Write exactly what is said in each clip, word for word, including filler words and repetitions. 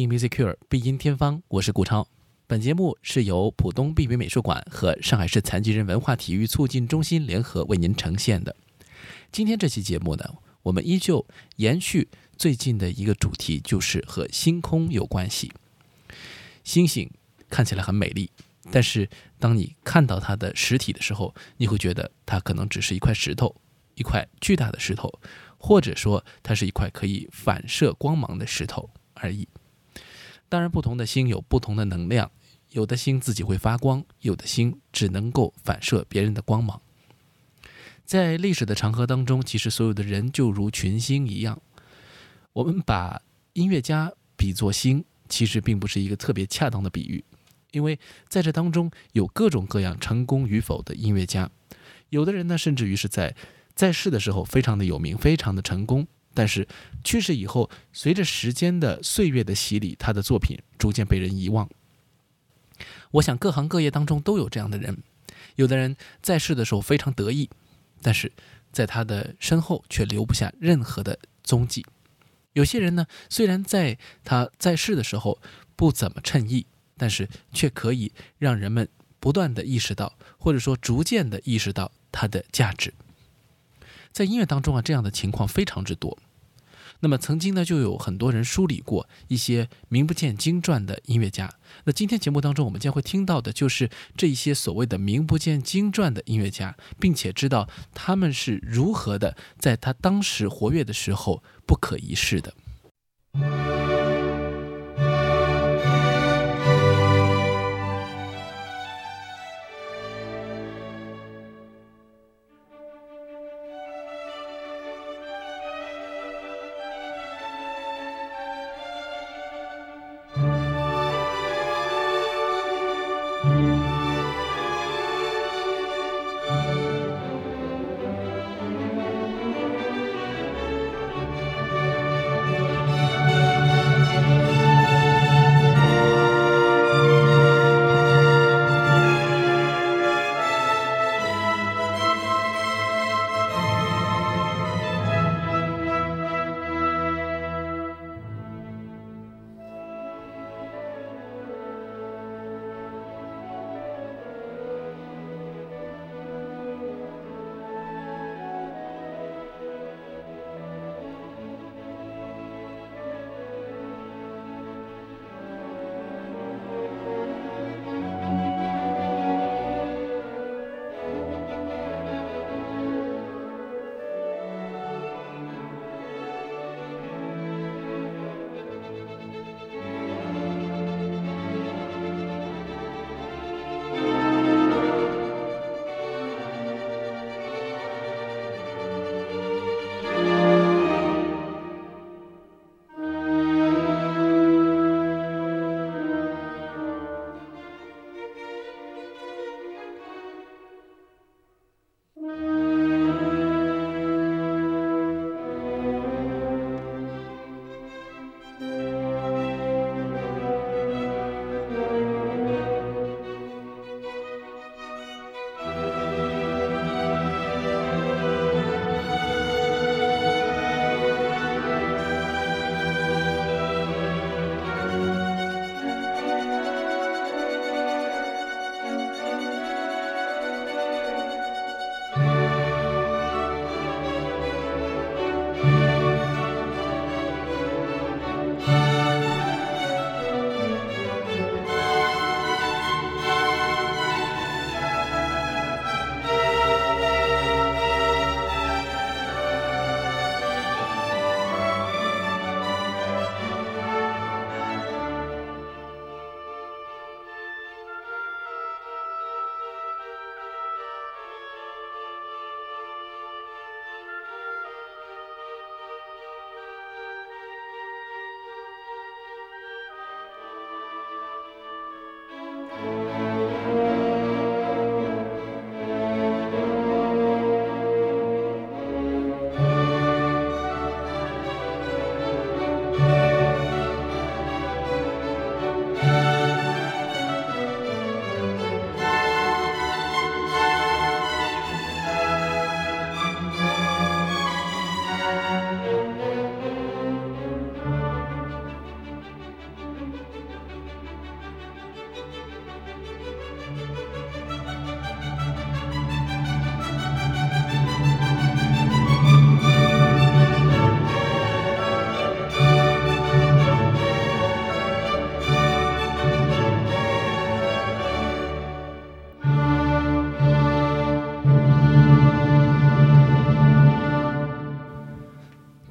Music Cure 必音天方，我是顾超。本节目是由浦东碧云美术馆和上海市残疾人文化体育促进中心联合为您呈现的。今天这期节目呢，我们依旧延续最近的一个主题，就是和星空有关系。星星看起来很美丽，但是当你看到它的实体的时候，你会觉得它可能只是一块石头，一块巨大的石头，或者说它是一块可以反射光芒的石头而已。当然，不同的星有不同的能量，有的星自己会发光，有的星只能够反射别人的光芒。在历史的长河当中，其实所有的人就如群星一样。我们把音乐家比作星，其实并不是一个特别恰当的比喻，因为在这当中有各种各样成功与否的音乐家。有的人呢，甚至于是在在世的时候非常的有名，非常的成功，但是去世以后，随着时间的岁月的洗礼，他的作品逐渐被人遗忘。我想各行各业当中都有这样的人，有的人在世的时候非常得意，但是在他的身后却留不下任何的踪迹。有些人呢，虽然在他在世的时候不怎么称意，但是却可以让人们不断的意识到，或者说逐渐的意识到他的价值。在音乐当中啊，这样的情况非常之多。那么曾经呢，就有很多人梳理过一些名不见经传的音乐家。那今天节目当中，我们将会听到的就是这一些所谓的名不见经传的音乐家，并且知道他们是如何的在他当时活跃的时候不可一世的。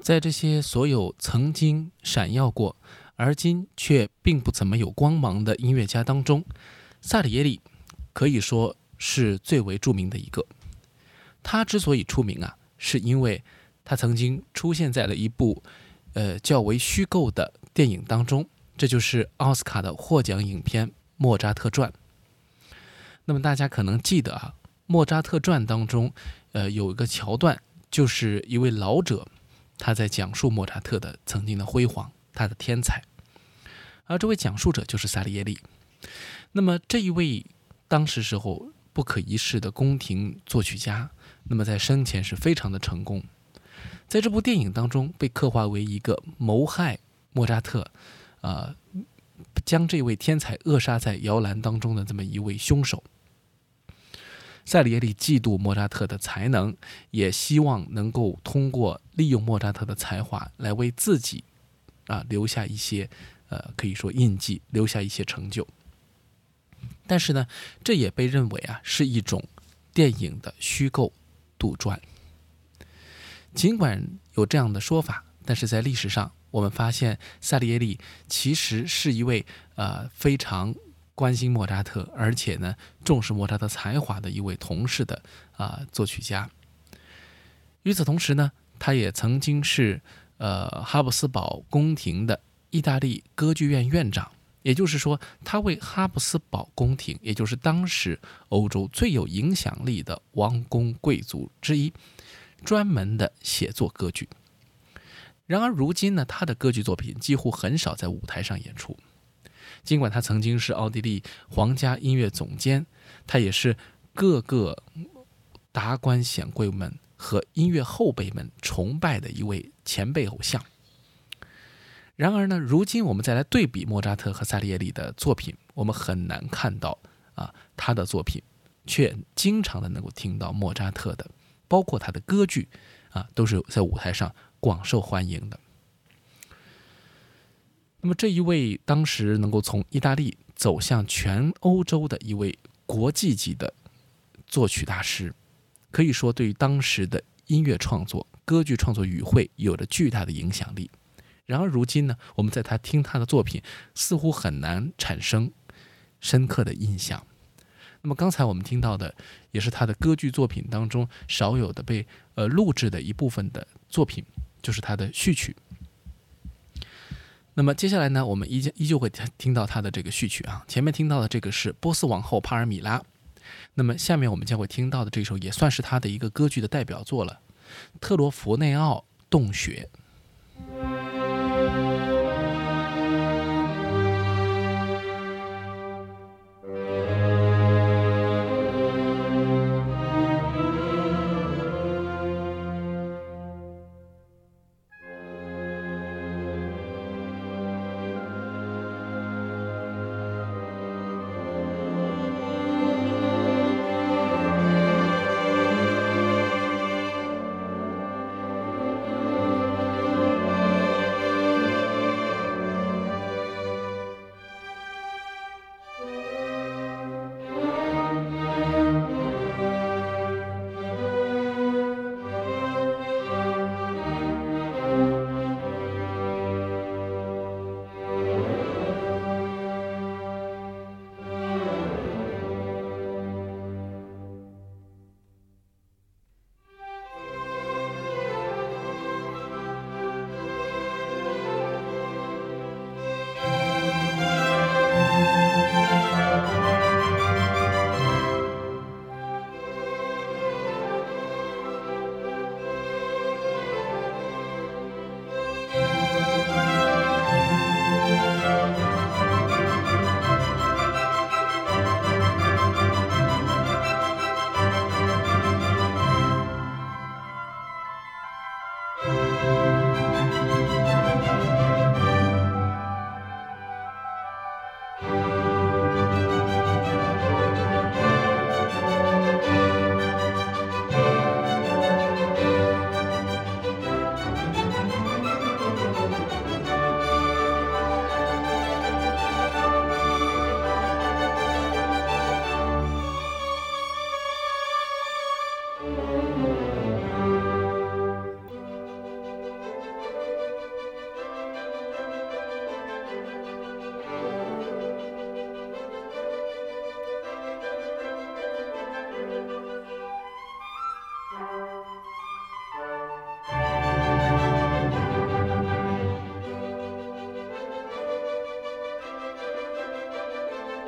在这些所有曾经闪耀过，而今却并不怎么有光芒的音乐家当中，萨里耶利可以说是最为著名的一个。他之所以出名啊，是因为他曾经出现在了一部呃较为虚构的电影当中，这就是奥斯卡的获奖影片《莫扎特传》。那么大家可能记得啊，《莫扎特传》当中呃有一个桥段，就是一位老者他在讲述莫扎特的曾经的辉煌，他的天才，而这位讲述者就是萨里耶利。那么这一位当时时候不可一世的宫廷作曲家，那么在生前是非常的成功，在这部电影当中被刻画为一个谋害莫扎特，呃，将这位天才扼杀在摇篮当中的这么一位凶手。萨里耶利嫉妒莫扎特的才能，也希望能够通过利用莫扎特的才华来为自己啊留下一些呃可以说印记，留下一些成就。但是呢，这也被认为啊是一种电影的虚构杜撰。尽管有这样的说法，但是在历史上我们发现萨里耶利其实是一位呃非常关心莫扎特，而且呢重视莫扎特才华的一位同事的啊、呃、作曲家。与此同时呢，他也曾经是呃哈布斯堡宫廷的意大利歌剧院院长，也就是说，他为哈布斯堡宫廷，也就是当时欧洲最有影响力的王公贵族之一，专门的写作歌剧。然而如今呢，他的歌剧作品几乎很少在舞台上演出。尽管他曾经是奥地利皇家音乐总监，他也是各个达官显贵们和音乐后辈们崇拜的一位前辈偶像。然而呢，如今我们再来对比莫扎特和萨里耶利的作品，我们很难看到啊，他的作品却经常的能够听到莫扎特的，包括他的歌剧啊，都是在舞台上广受欢迎的。那么这一位当时能够从意大利走向全欧洲的一位国际级的作曲大师，可以说对于当时的音乐创作、歌剧创作语汇有着巨大的影响力。然而如今呢，我们在他听他的作品似乎很难产生深刻的印象。那么刚才我们听到的也是他的歌剧作品当中少有的被呃录制的一部分的作品，就是他的序曲。那么接下来呢，我们依依旧会听到他的这个序曲啊。前面听到的这个是波斯王后帕尔米拉，那么下面我们将会听到的这首也算是他的一个歌剧的代表作了，特罗弗内奥洞穴。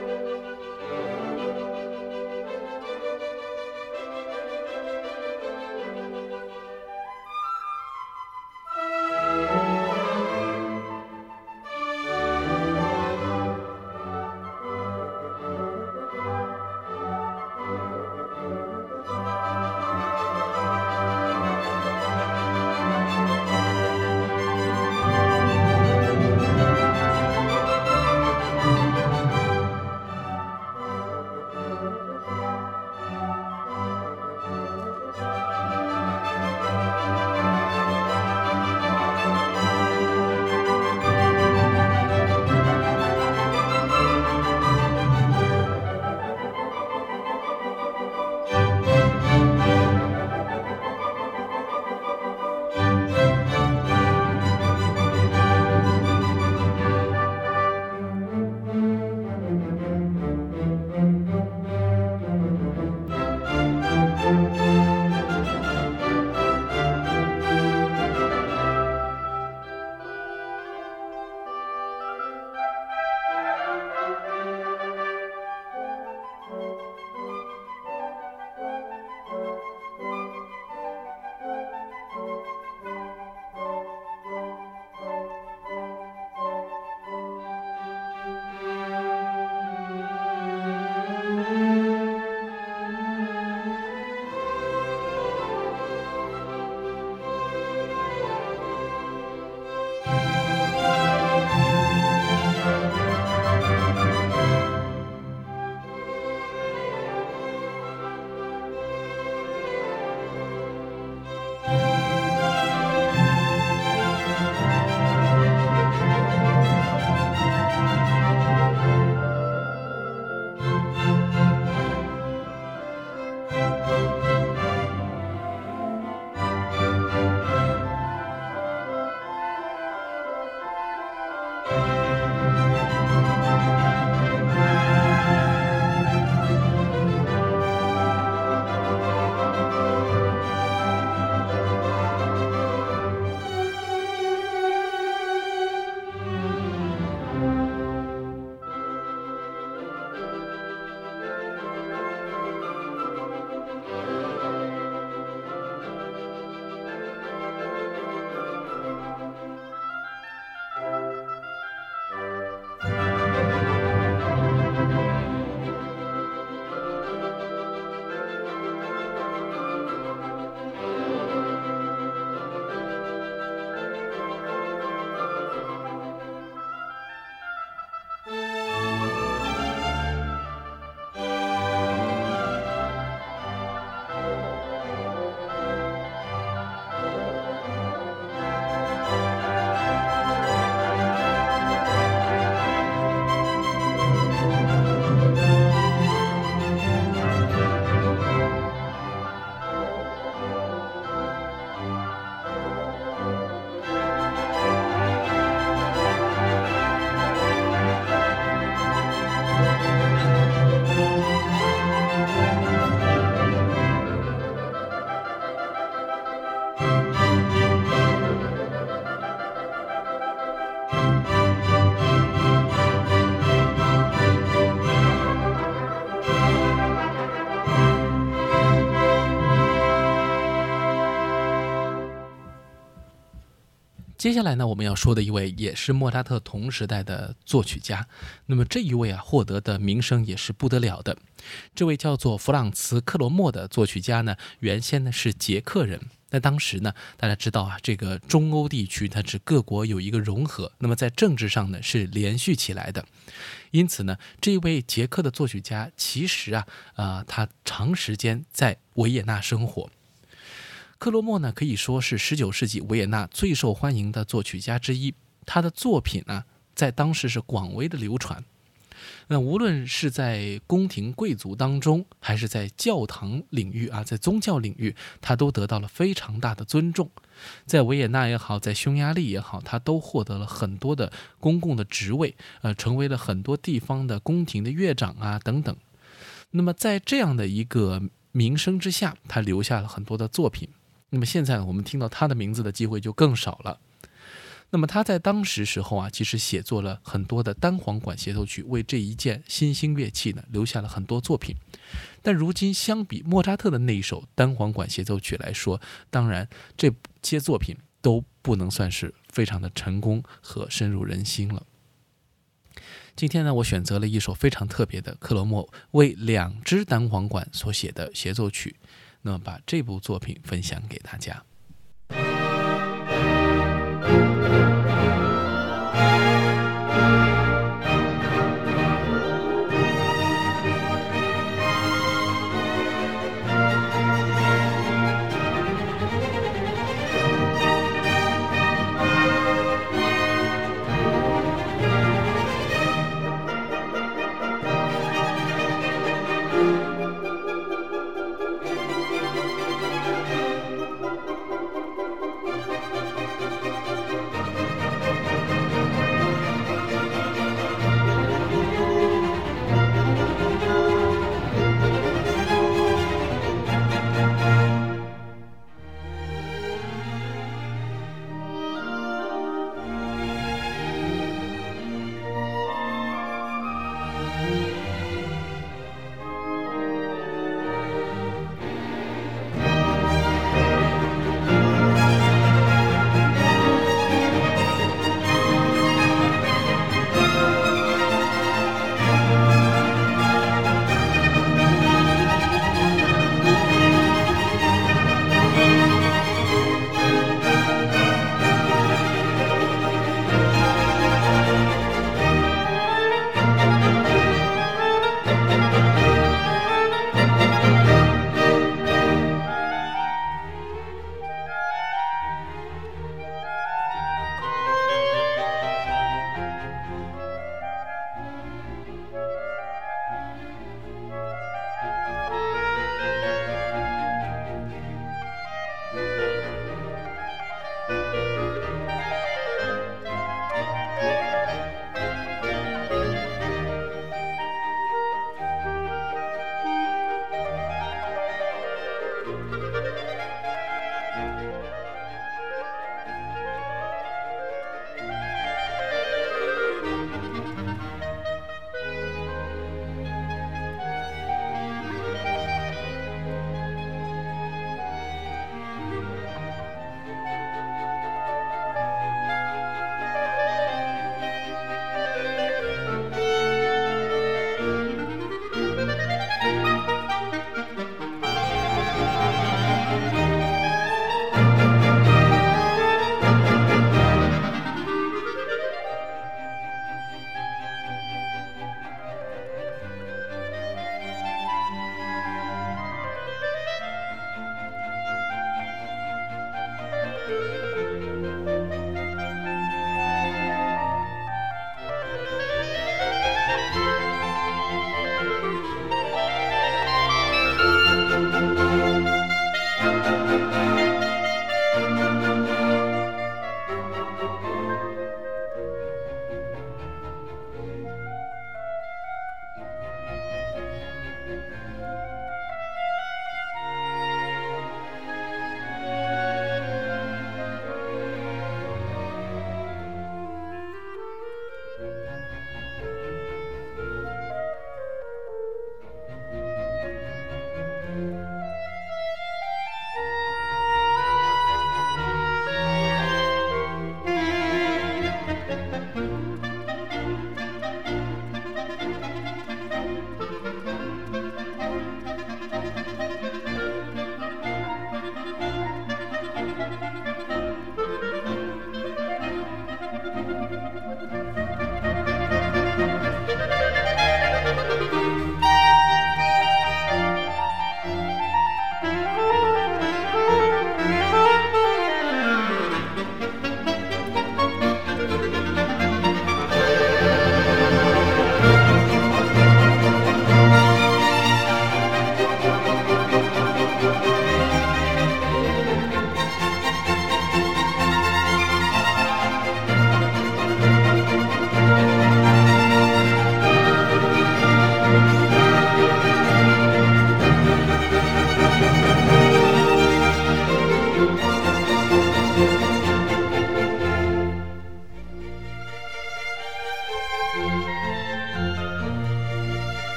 接下来呢，我们要说的一位也是莫扎特同时代的作曲家，那么这一位啊获得的名声也是不得了的。这位叫做弗朗茨·克罗莫的作曲家呢，原先呢是捷克人。那当时呢，大家知道啊，这个中欧地区它是各国有一个融合，那么在政治上呢是连续起来的。因此呢，这位捷克的作曲家其实啊，呃，他长时间在维也纳生活。克罗莫呢，可以说是十九世纪维也纳最受欢迎的作曲家之一。他的作品呢，在当时是广为的流传。那无论是在宫廷贵族当中，还是在教堂领域啊，在宗教领域，他都得到了非常大的尊重。在维也纳也好，在匈牙利也好，他都获得了很多的公共的职位，呃，成为了很多地方的宫廷的乐长啊等等。那么在这样的一个名声之下，他留下了很多的作品。那么现在我们听到他的名字的机会就更少了。 那么他在当时时候啊，其实写作了很多的单簧管协奏曲，为这一件新兴乐器呢留下了很多作品。但如今相比莫扎特的那一首单簧管协奏曲来说，当然这些作品都不能算是非常的成功和深入人心了。今天呢，我选择了一首非常特别的克罗莫为两支单簧管所写的协奏曲，那么把这部作品分享给大家。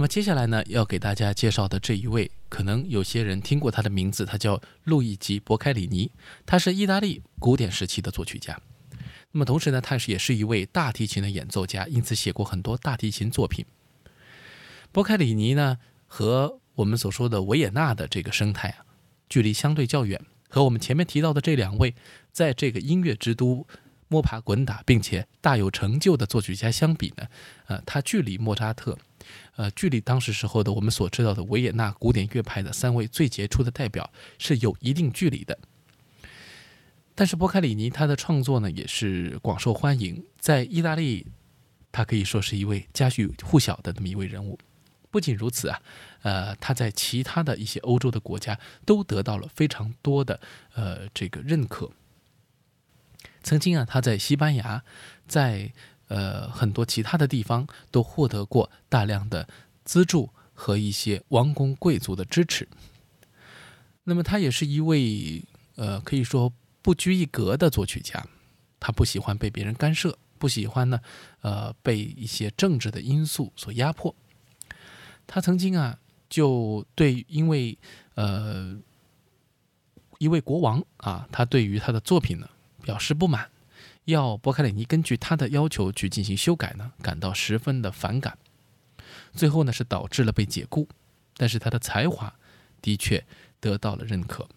么接下来呢，要给大家介绍的这一位，可能有些人听过他的名字，他叫路易吉·博凯里尼，他是意大利古典时期的作曲家。那么同时呢，他也是一位大提琴的演奏家，因此写过很多大提琴作品。博凯里尼呢，和我们所说的维也纳的这个生态啊，距离相对较远，和我们前面提到的这两位在这个音乐之都摸爬滚打并且大有成就的作曲家相比呢，呃，他距离莫扎特，呃，距离当时时候的我们所知道的维也纳古典乐派的三位最杰出的代表是有一定距离的。但是博凯里尼他的创作呢也是广受欢迎，在意大利他可以说是一位家喻户晓的这么一位人物。不仅如此啊，呃，他在其他的一些欧洲的国家都得到了非常多的呃这个认可。曾经啊，他在西班牙，在呃很多其他的地方都获得过大量的资助和一些王公贵族的支持。那么他也是一位呃可以说不拘一格的作曲家，他不喜欢被别人干涉，不喜欢呢呃被一些政治的因素所压迫。他曾经啊就对因为呃一位国王啊，他对于他的作品呢表示不满，要博凯里尼根据他的要求去进行修改呢，感到十分的反感。最后呢是导致了被解雇，但是他的才华的确得到了认可。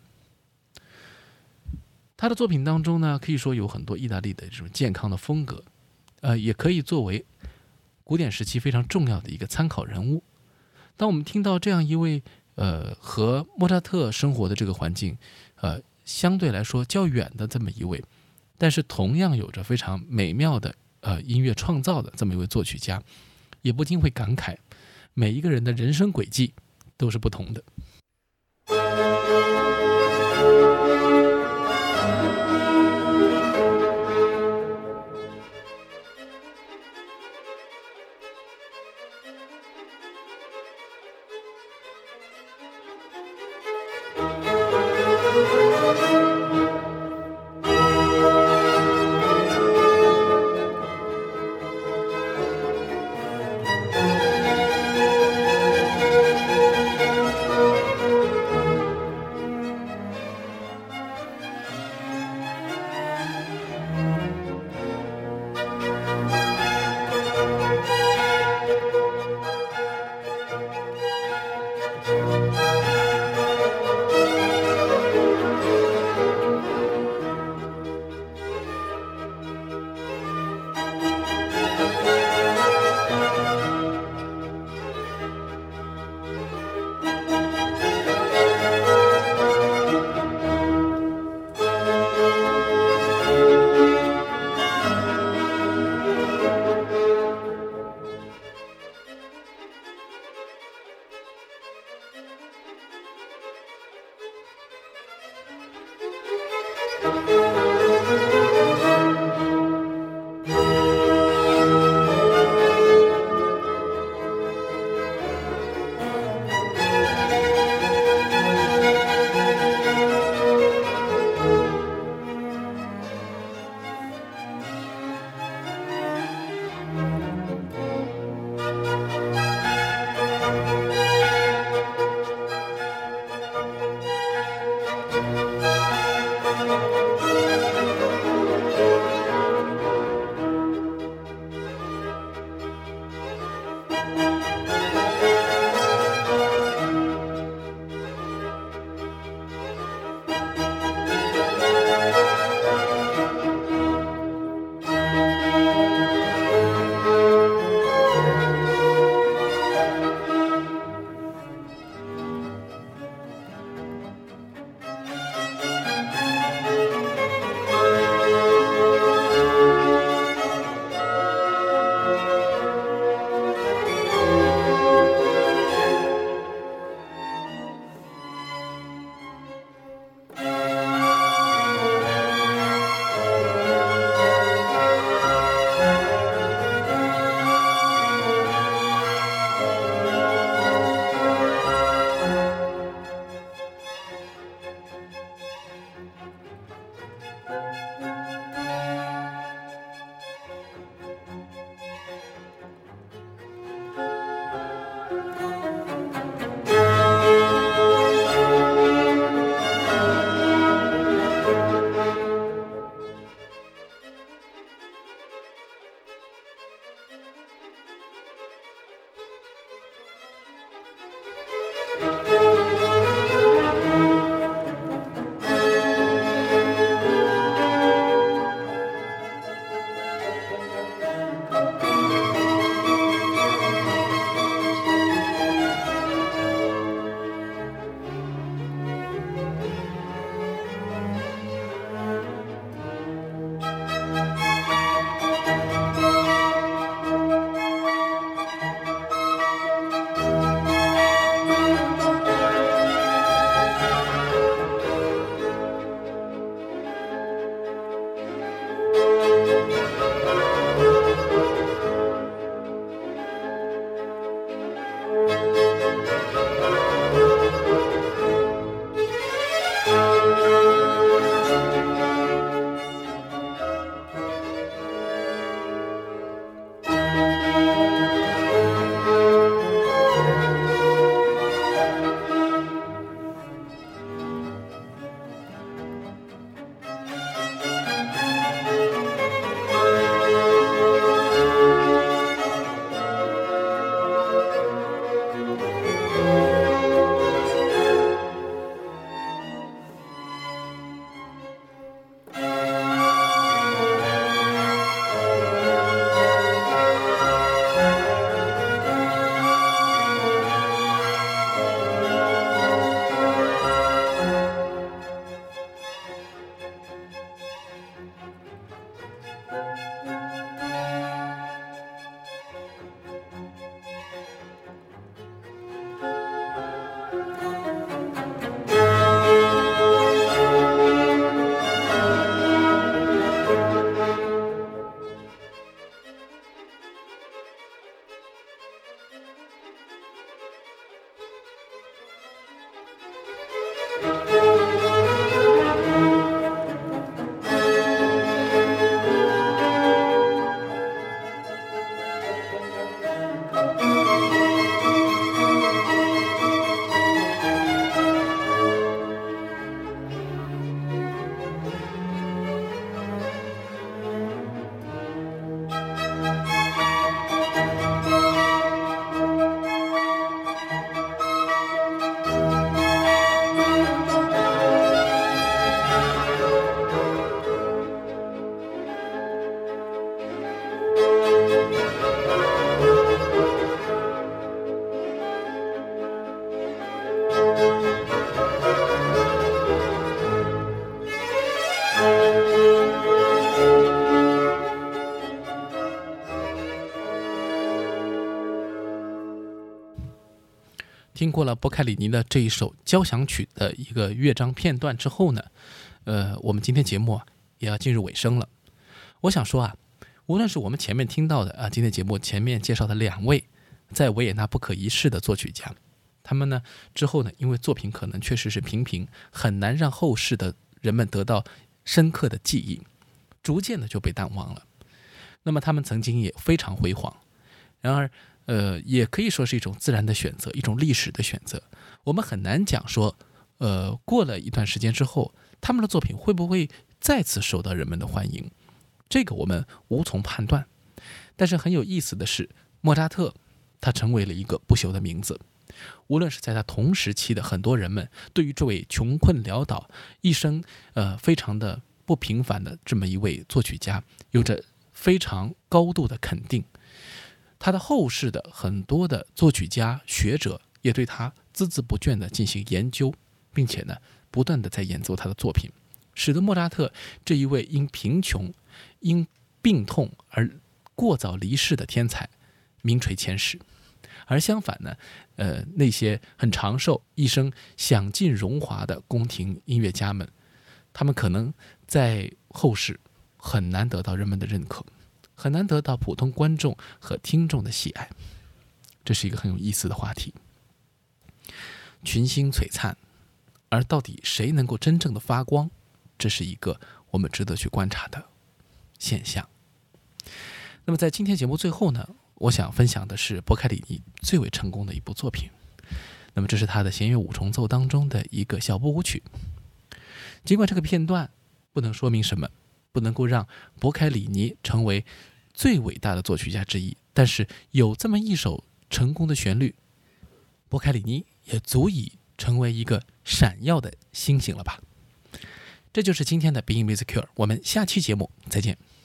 他的作品当中呢，可以说有很多意大利的这种健康的风格，呃，也可以作为古典时期非常重要的一个参考人物。当我们听到这样一位呃和莫扎特生活的这个环境呃相对来说较远的这么一位，但是同样有着非常美妙的呃音乐创造的这么一位作曲家，也不禁会感慨，每一个人的人生轨迹都是不同的。 听过了波凯里尼的这一首交响曲的一个乐章片段之后呢，呃，我们今天节目啊也要进入尾声了。我想说啊，无论是我们前面听到的啊，今天节目前面介绍的两位在维也纳不可一世的作曲家，他们呢之后呢，因为作品可能确实是平平，很难让后世的人们得到深刻的记忆，逐渐的就被淡忘了。那么他们曾经也非常辉煌，然而呃，也可以说是一种自然的选择，一种历史的选择。我们很难讲说，呃，过了一段时间之后，他们的作品会不会再次受到人们的欢迎，这个我们无从判断。但是很有意思的是，莫扎特他成为了一个不朽的名字。无论是在他同时期的很多人们对于这位穷困潦倒、一生呃非常的不平凡的这么一位作曲家，有着非常高度的肯定。他的后世的很多的作曲家学者也对他孜孜不倦地进行研究，并且呢不断地在演奏他的作品，使得莫扎特这一位因贫穷因病痛而过早离世的天才名垂千史。而相反呢，呃，那些很长寿一生享尽荣华的宫廷音乐家们，他们可能在后世很难得到人们的认可，很难得到普通观众和听众的喜爱。这是一个很有意思的话题。群星璀璨，而到底谁能够真正的发光，这是一个我们值得去观察的现象。那么在今天节目最后呢，我想分享的是波凯里尼最为成功的一部作品。那么这是他的弦乐五重奏当中的一个小步舞曲。尽管这个片段不能说明什么，不能够让波凯里尼成为最伟大的作曲家之一，但是有这么一首成功的旋律，波凯里尼也足以成为一个闪耀的星星了吧。这就是今天的 Being Musicure， 我们下期节目再见。